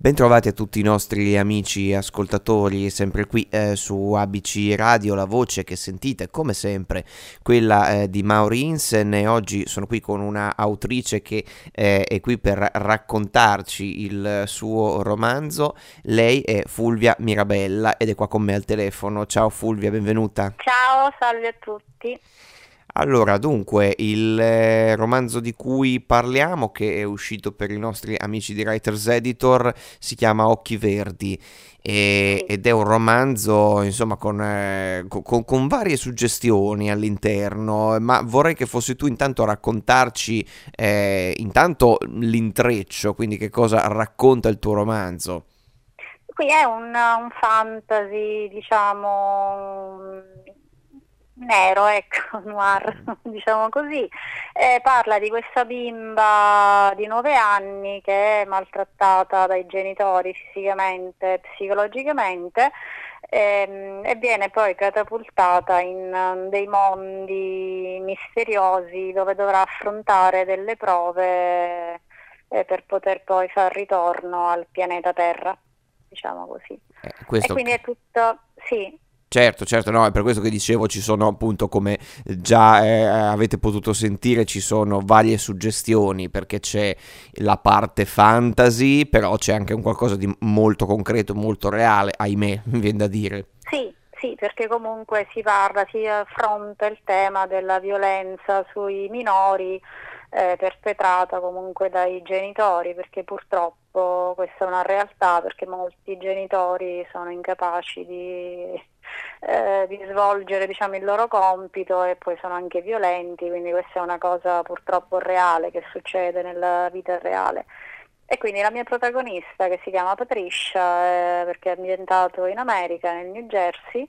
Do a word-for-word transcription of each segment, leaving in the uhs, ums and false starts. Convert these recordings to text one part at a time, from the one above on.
Bentrovati a tutti i nostri amici ascoltatori, sempre qui eh, su A B C Radio, la voce che sentite come sempre, quella eh, di Mauri Insen, e oggi sono qui con una autrice che eh, è qui per raccontarci il suo romanzo. Lei è Fulvia Mirabella ed è qua con me al telefono. Ciao Fulvia, benvenuta. Ciao, salve a tutti. Allora, dunque, il eh, romanzo di cui parliamo, che è uscito per i nostri amici di Writers Editor, si chiama Occhi Verdi e- Sì, ed è un romanzo, insomma, con, eh, co- con- con varie suggestioni all'interno, ma vorrei che fossi tu intanto a raccontarci eh, intanto l'intreccio, quindi che cosa racconta il tuo romanzo. qui è un, un fantasy, diciamo, nero, ecco, noir, diciamo così. Eh, parla di questa bimba di nove anni che è maltrattata dai genitori fisicamente e psicologicamente ehm, e viene poi catapultata in eh, dei mondi misteriosi dove dovrà affrontare delle prove eh, per poter poi far ritorno al pianeta Terra, diciamo così. Eh, E questo quindi è tutto, sì, Certo, certo, no, è per questo che dicevo, ci sono appunto, come già eh, avete potuto sentire, ci sono varie suggestioni, perché c'è la parte fantasy, però c'è anche un qualcosa di molto concreto, molto reale, ahimè, mi viene da dire. sì, sì, perché comunque si parla, si affronta il tema della violenza sui minori eh, perpetrata comunque dai genitori, perché purtroppo questa è una realtà, perché molti genitori sono incapaci di, eh, di svolgere, diciamo, il loro compito e poi sono anche violenti, quindi questa è una cosa purtroppo reale che succede nella vita reale. E quindi la mia protagonista, che si chiama Patricia, eh, perché è ambientato in America, nel New Jersey,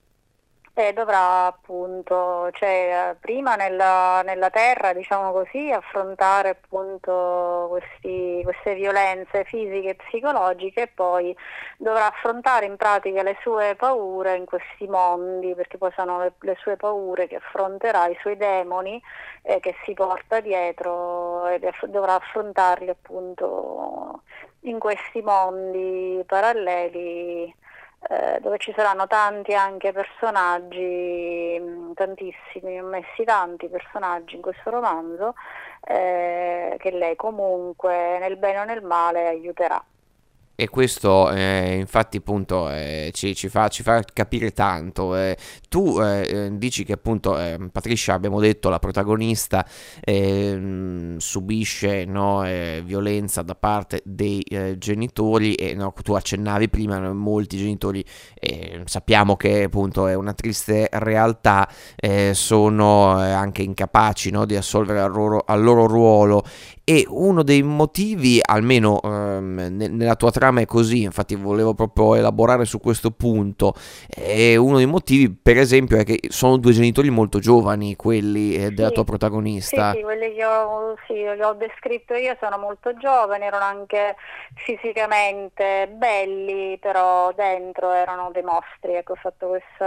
e dovrà appunto, cioè, eh, prima nella, nella terra, diciamo così, affrontare appunto questi- queste violenze fisiche e psicologiche, e poi dovrà affrontare in pratica le sue paure in questi mondi, perché poi sono le, le sue paure che affronterà, i suoi demoni eh, che si porta dietro, ed aff- dovrà affrontarli appunto in questi mondi paralleli, eh, dove ci saranno tanti anche personaggi, mh, tantissimi, ho messi tanti personaggi in questo romanzo, eh, che lei comunque nel bene o nel male aiuterà. E questo eh, infatti appunto eh, ci, ci fa, ci fa capire tanto. Eh, tu eh, eh, dici che appunto eh, Patricia, abbiamo detto, la protagonista eh, mh, subisce, no, eh, violenza da parte dei eh, genitori, e no, tu accennavi prima, no, molti genitori, eh, sappiamo che appunto è una triste realtà, eh, sono eh, anche incapaci, no, di assolvere al loro, al loro ruolo. E uno dei motivi, almeno ehm, ne- nella tua trama è così, infatti volevo proprio elaborare su questo punto, e uno dei motivi per esempio è che sono due genitori molto giovani, quelli eh, della tua Sì, sì, protagonista. sì, quelli che ho, sì, che ho descritto io sono molto giovani, erano anche fisicamente belli, però dentro erano dei mostri, ecco, ho fatto questo,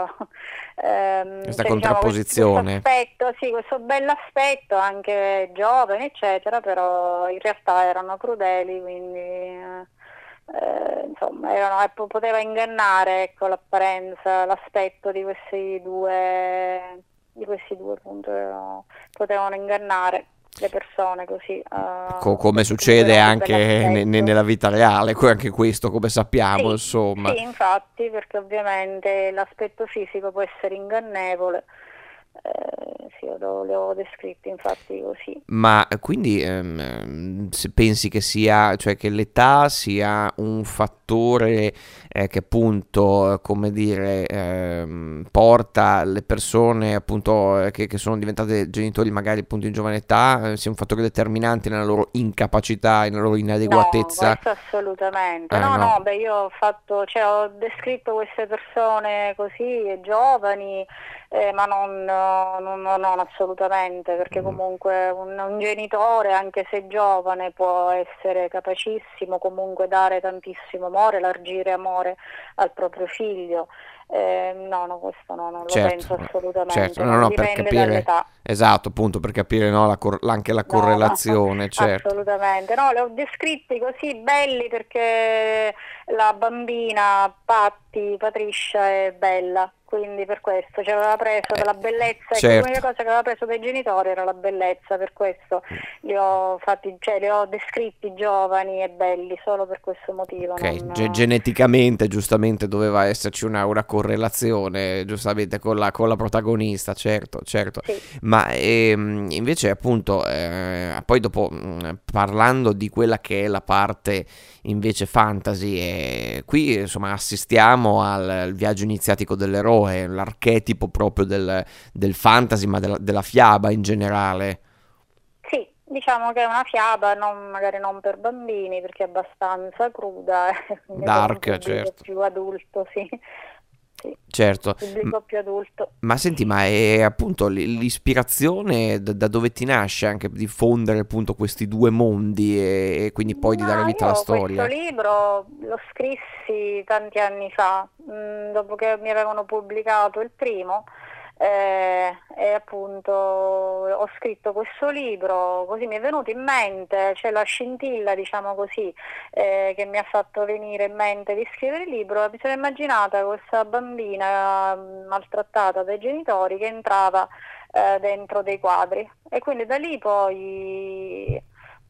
ehm, Questa cioè, diciamo, questo contrapposizione. aspetto, sì, questo bell'aspetto, anche giovani, eccetera, però in realtà erano crudeli, quindi eh, eh, insomma, erano, ecco, poteva ingannare, ecco, l'apparenza, l'aspetto di questi due, di questi due appunto, erano- potevano ingannare le persone così, Co- eh, come perché comunque succede erano di anche ne- ne- bell'aspetto. nella vita reale, que- anche questo come sappiamo, Sì, insomma. sì, infatti, perché ovviamente l'aspetto fisico può essere ingannevole. Eh, sì, io lo- li ho descritti infatti così. Ma eh, quindi ehm, se pensi che sia, cioè che l'età sia un fattore eh, che appunto, eh, come dire, ehm, porta le persone appunto eh, che, che sono diventate genitori magari appunto in giovane età, eh, sia un fattore determinante nella loro incapacità, nella loro No, inadeguatezza? questo assolutamente. Eh No, no. no, beh, io ho fatto, cioè, ho descritto queste persone così, giovani, eh, ma non, non- non- non assolutamente, perché Mm. comunque un, un genitore, anche se giovane, può essere capacissimo, comunque dare tantissimo amore, largire amore al proprio figlio. Eh, no, no, questo no, non lo penso Certo, assolutamente, certo, no, non no, per dipende capire, dall'età. esatto, appunto, per capire, no, la cor- anche la No, no, correlazione, certo. assolutamente. No, li ho descritti così belli perché la bambina Patti, Patricia, è bella, quindi per questo ci aveva preso Eh, della bellezza, ecco, l'unica certo. cosa che aveva preso dai genitori era la bellezza, per questo li ho fatti, cioè li ho descritti giovani e belli, solo per questo motivo, Ok, ge- non... geneticamente giustamente doveva esserci una, una correlazione, giustamente con la, con la protagonista, certo, certo. Sì. Ma ehm, invece appunto, eh, poi dopo mh, parlando di quella che è la parte invece fantasy, eh, qui insomma assistiamo al, al viaggio iniziatico dell'eroe, l'archetipo proprio del, del fantasy, ma della, della fiaba in generale. Sì, diciamo che è una fiaba, non- magari non per bambini perché è abbastanza cruda, quindi per un Dark, pubblico certo, più adulto, sì, sì, certo. M- pubblico più adulto. Ma senti, ma è appunto l- l'ispirazione da, da dove ti nasce anche di fondere appunto questi due mondi e, e quindi poi di dare Ma vita alla io questo storia? libro lo scrissi tanti anni fa, mm, dopo che mi avevano pubblicato il primo, eh, e appunto ho scritto questo libro, così mi è venuto in mente, c'è la scintilla, diciamo così, eh, che mi ha fatto venire in mente di scrivere il libro. Mi sono immaginata questa bambina mm, maltrattata dai genitori che entrava eh, dentro dei quadri e quindi da lì poi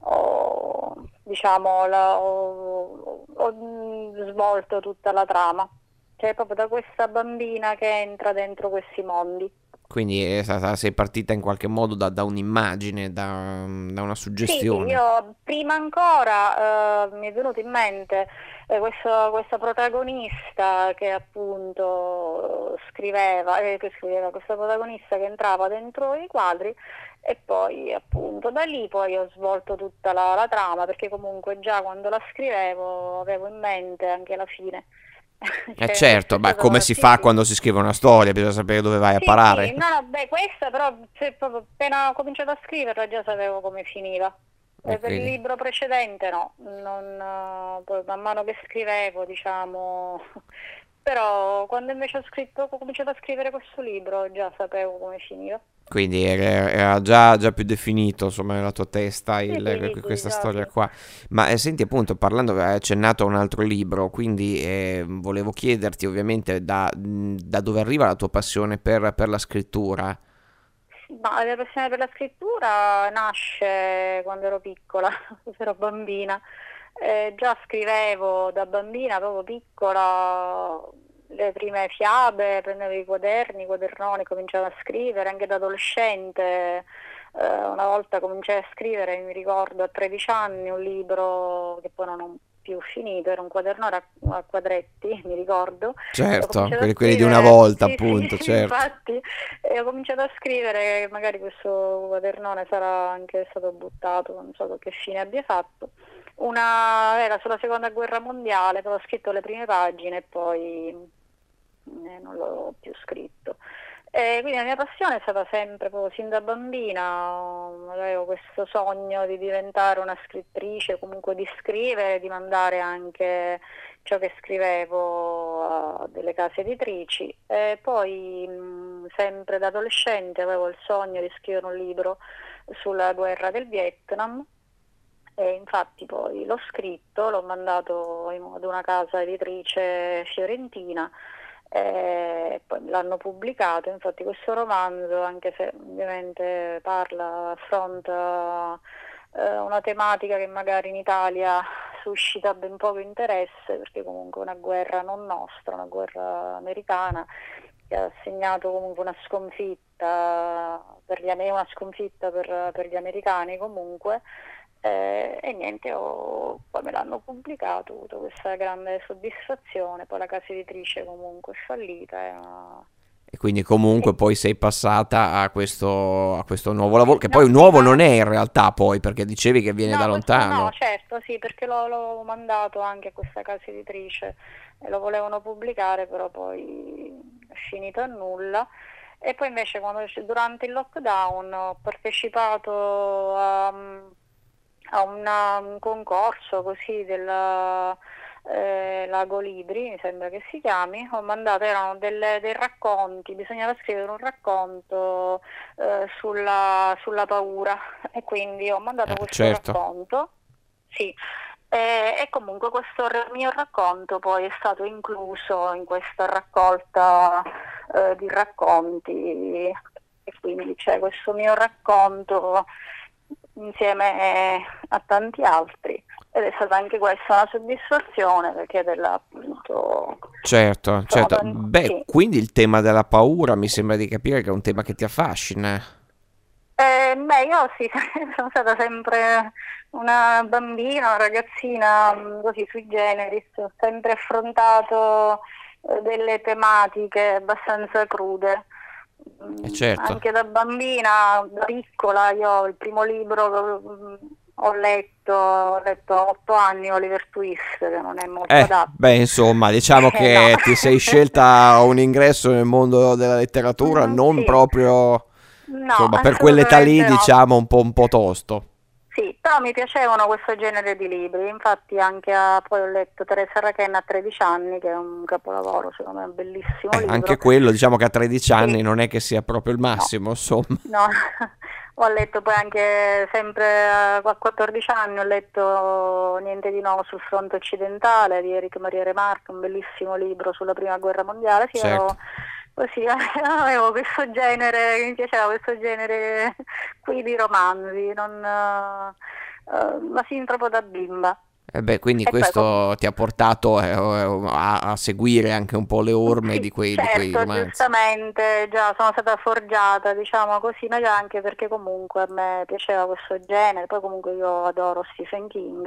ho, diciamo, la- ho, ho, mm, svolto tutta la trama, cioè proprio da questa bambina che entra dentro questi mondi. Quindi è stata- sei partita in qualche modo da, da un'immagine, da, da una Sì, suggestione. io prima ancora eh, mi è venuto in mente eh, questo- questa protagonista che appunto scriveva, eh, che scriveva, questa protagonista che entrava dentro i quadri e poi appunto da lì poi ho svolto tutta la, la trama perché comunque già quando la scrivevo avevo in mente anche la fine. Eh Cioè, questo certo, è ma come stato, si sì, fa sì. quando si scrive una storia? Bisogna sapere dove vai a Sì, sì, parare. no, no, beh, questa però, se proprio appena ho cominciato a scriverla già sapevo come finiva. E Eh, per il quindi... libro precedente no, non, eh, poi man mano che scrivevo, diciamo, però quando invece ho scritto, ho cominciato a scrivere questo libro già sapevo come finiva. Quindi era, era già, già più definito, insomma, nella tua testa Sì, il- sì, sì, questa già storia sì. qua. Ma eh, senti, appunto, parlando, hai accennato a un altro libro, quindi eh, volevo chiederti ovviamente da, mh, da dove arriva la tua passione per, per la scrittura. Ma la passione per la scrittura nasce quando ero piccola, quando ero bambina. Eh, già scrivevo da bambina, proprio piccola, le prime fiabe, prendevo i quaderni, i quadernoni, cominciavo a scrivere, anche da adolescente. Eh, una volta cominciai a scrivere, mi ricordo, a tredici anni, un libro che poi non ho più finito, era un quaderno a a quadretti, mi ricordo, e ho Certo, cominciato a quelli, quelli di una scrivere, volta, sì, sì, appunto, certo. infatti, e ho cominciato a scrivere, magari questo quadernone sarà anche stato buttato, non so che fine abbia fatto. Una era sulla seconda guerra mondiale, però ho scritto le prime pagine e poi eh, non l'ho più scritto. E quindi la mia passione è stata sempre, proprio sin da bambina, avevo questo sogno di diventare una scrittrice, comunque di scrivere, di mandare anche ciò che scrivevo a delle case editrici. E poi mh, sempre da adolescente avevo il sogno di scrivere un libro sulla guerra del Vietnam. E infatti poi l'ho scritto, l'ho mandato in- ad una casa editrice fiorentina e poi l'hanno pubblicato. Infatti questo romanzo, anche se ovviamente parla, affronta eh, una tematica che magari in Italia suscita ben poco interesse, perché comunque è una guerra non nostra, una guerra americana che ha segnato comunque una sconfitta per gli, una sconfitta per, per gli americani comunque. Eh, e niente, ho- poi me l'hanno pubblicato, ho avuto questa grande soddisfazione, poi la casa editrice comunque è fallita. E, uh, E quindi comunque e- poi sei passata a questo, a questo nuovo lavoro, che poi no, un nuovo non prima, è in realtà poi, perché dicevi che viene da no, questo no, lontano. certo, sì, perché l'ho, l'ho mandato anche a questa casa editrice e lo volevano pubblicare, però poi è finito a nulla. E poi invece quando, durante il lockdown ho partecipato a a una- un concorso così della, eh, Lago Libri, mi sembra che si chiami. Ho mandato, erano delle, dei racconti, bisognava scrivere un racconto eh, sulla, sulla paura, e quindi ho mandato Eh, questo certo. racconto. Sì. E, e comunque questo r- mio racconto poi è stato incluso in questa raccolta eh, di racconti, e quindi c'è questo mio racconto insieme a tanti altri, ed è stata anche questa una soddisfazione, perché della, appunto, Certo, sono certo. tan- Beh, sì. quindi il tema della paura mi sembra di capire che è un tema che ti affascina. Eh, beh, io sì, sono stata sempre una bambina, una ragazzina, mh, così sui generis, ho sempre affrontato eh, delle tematiche abbastanza crude. Eh, Mm, certo. anche da bambina, da piccola, io il primo libro che mm, ho letto, ho letto a otto anni, Oliver Twist, che non è molto Eh, beh, adatto. insomma, diciamo Eh, no. che ti sei scelta un ingresso nel mondo della letteratura Mm, non sì, proprio, no, insomma, per quell'età lì, assolutamente no. diciamo, un po', un po' tosto. Sì, però mi piacevano questo genere di libri, infatti anche a, poi ho letto Teresa Raquin a tredici anni, che è un capolavoro, secondo me è un bellissimo Eh, anche libro. quello, diciamo che a tredici Sì, anni non è che sia proprio il no, massimo, insomma. no, ho letto poi anche sempre a quattordici anni, ho letto Niente di nuovo sul fronte occidentale di Eric Maria Remarque, un bellissimo libro sulla prima guerra mondiale. Sì, Certo. ero così, avevo questo genere, mi piaceva questo genere qui di romanzi, non, eh, eh, ma sin proprio da bimba. E beh, quindi E poi com- questo ti ha portato eh, a, a seguire anche un po' le orme di Sì, quei, di quei certo, romanzi. giustamente, già sono stata forgiata, diciamo così, ma già anche perché comunque a me piaceva questo genere, poi comunque io adoro Stephen King,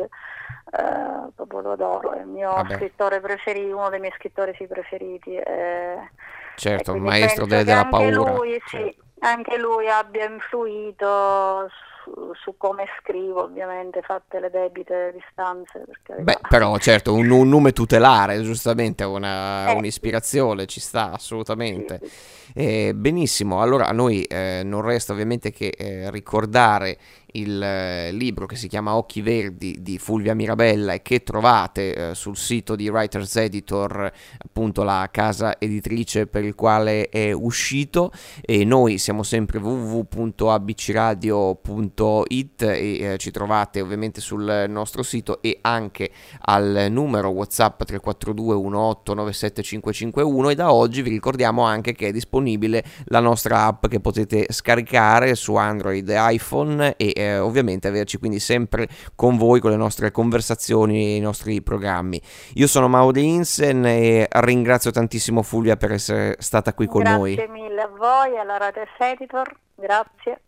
eh, proprio lo adoro, è il mio Vabbè, scrittore preferito, uno dei miei scrittori sì, preferiti, eh, e certo, il quindi maestro penso de- che della anche paura. lui, sì, Certo. anche lui abbia influito su, su come scrivo, ovviamente, fatte le debite distanze, per carità. Beh, però certo, un, un nome tutelare, giustamente, una, Eh sì, un'ispirazione, ci sta sì, assolutamente. sì. Eh, benissimo, allora a noi eh, non resta ovviamente che eh, ricordare il eh, libro che si chiama Occhi Verdi di Fulvia Mirabella e che trovate eh, sul sito di Writers Editor, appunto la casa editrice per il quale è uscito, e noi siamo sempre w w w punto a b c radio punto i t e eh, ci trovate ovviamente sul nostro sito e anche al numero WhatsApp tre quattro due uno otto nove sette cinque cinque uno, e da oggi vi ricordiamo anche che è disponibile la nostra app che potete scaricare su Android e iPhone e eh, ovviamente averci quindi sempre con voi con le nostre conversazioni e i nostri programmi. Io sono Mauro Insen e ringrazio tantissimo Fulvia per essere stata qui con noi. Grazie mille a voi, alla Rates Editor, grazie.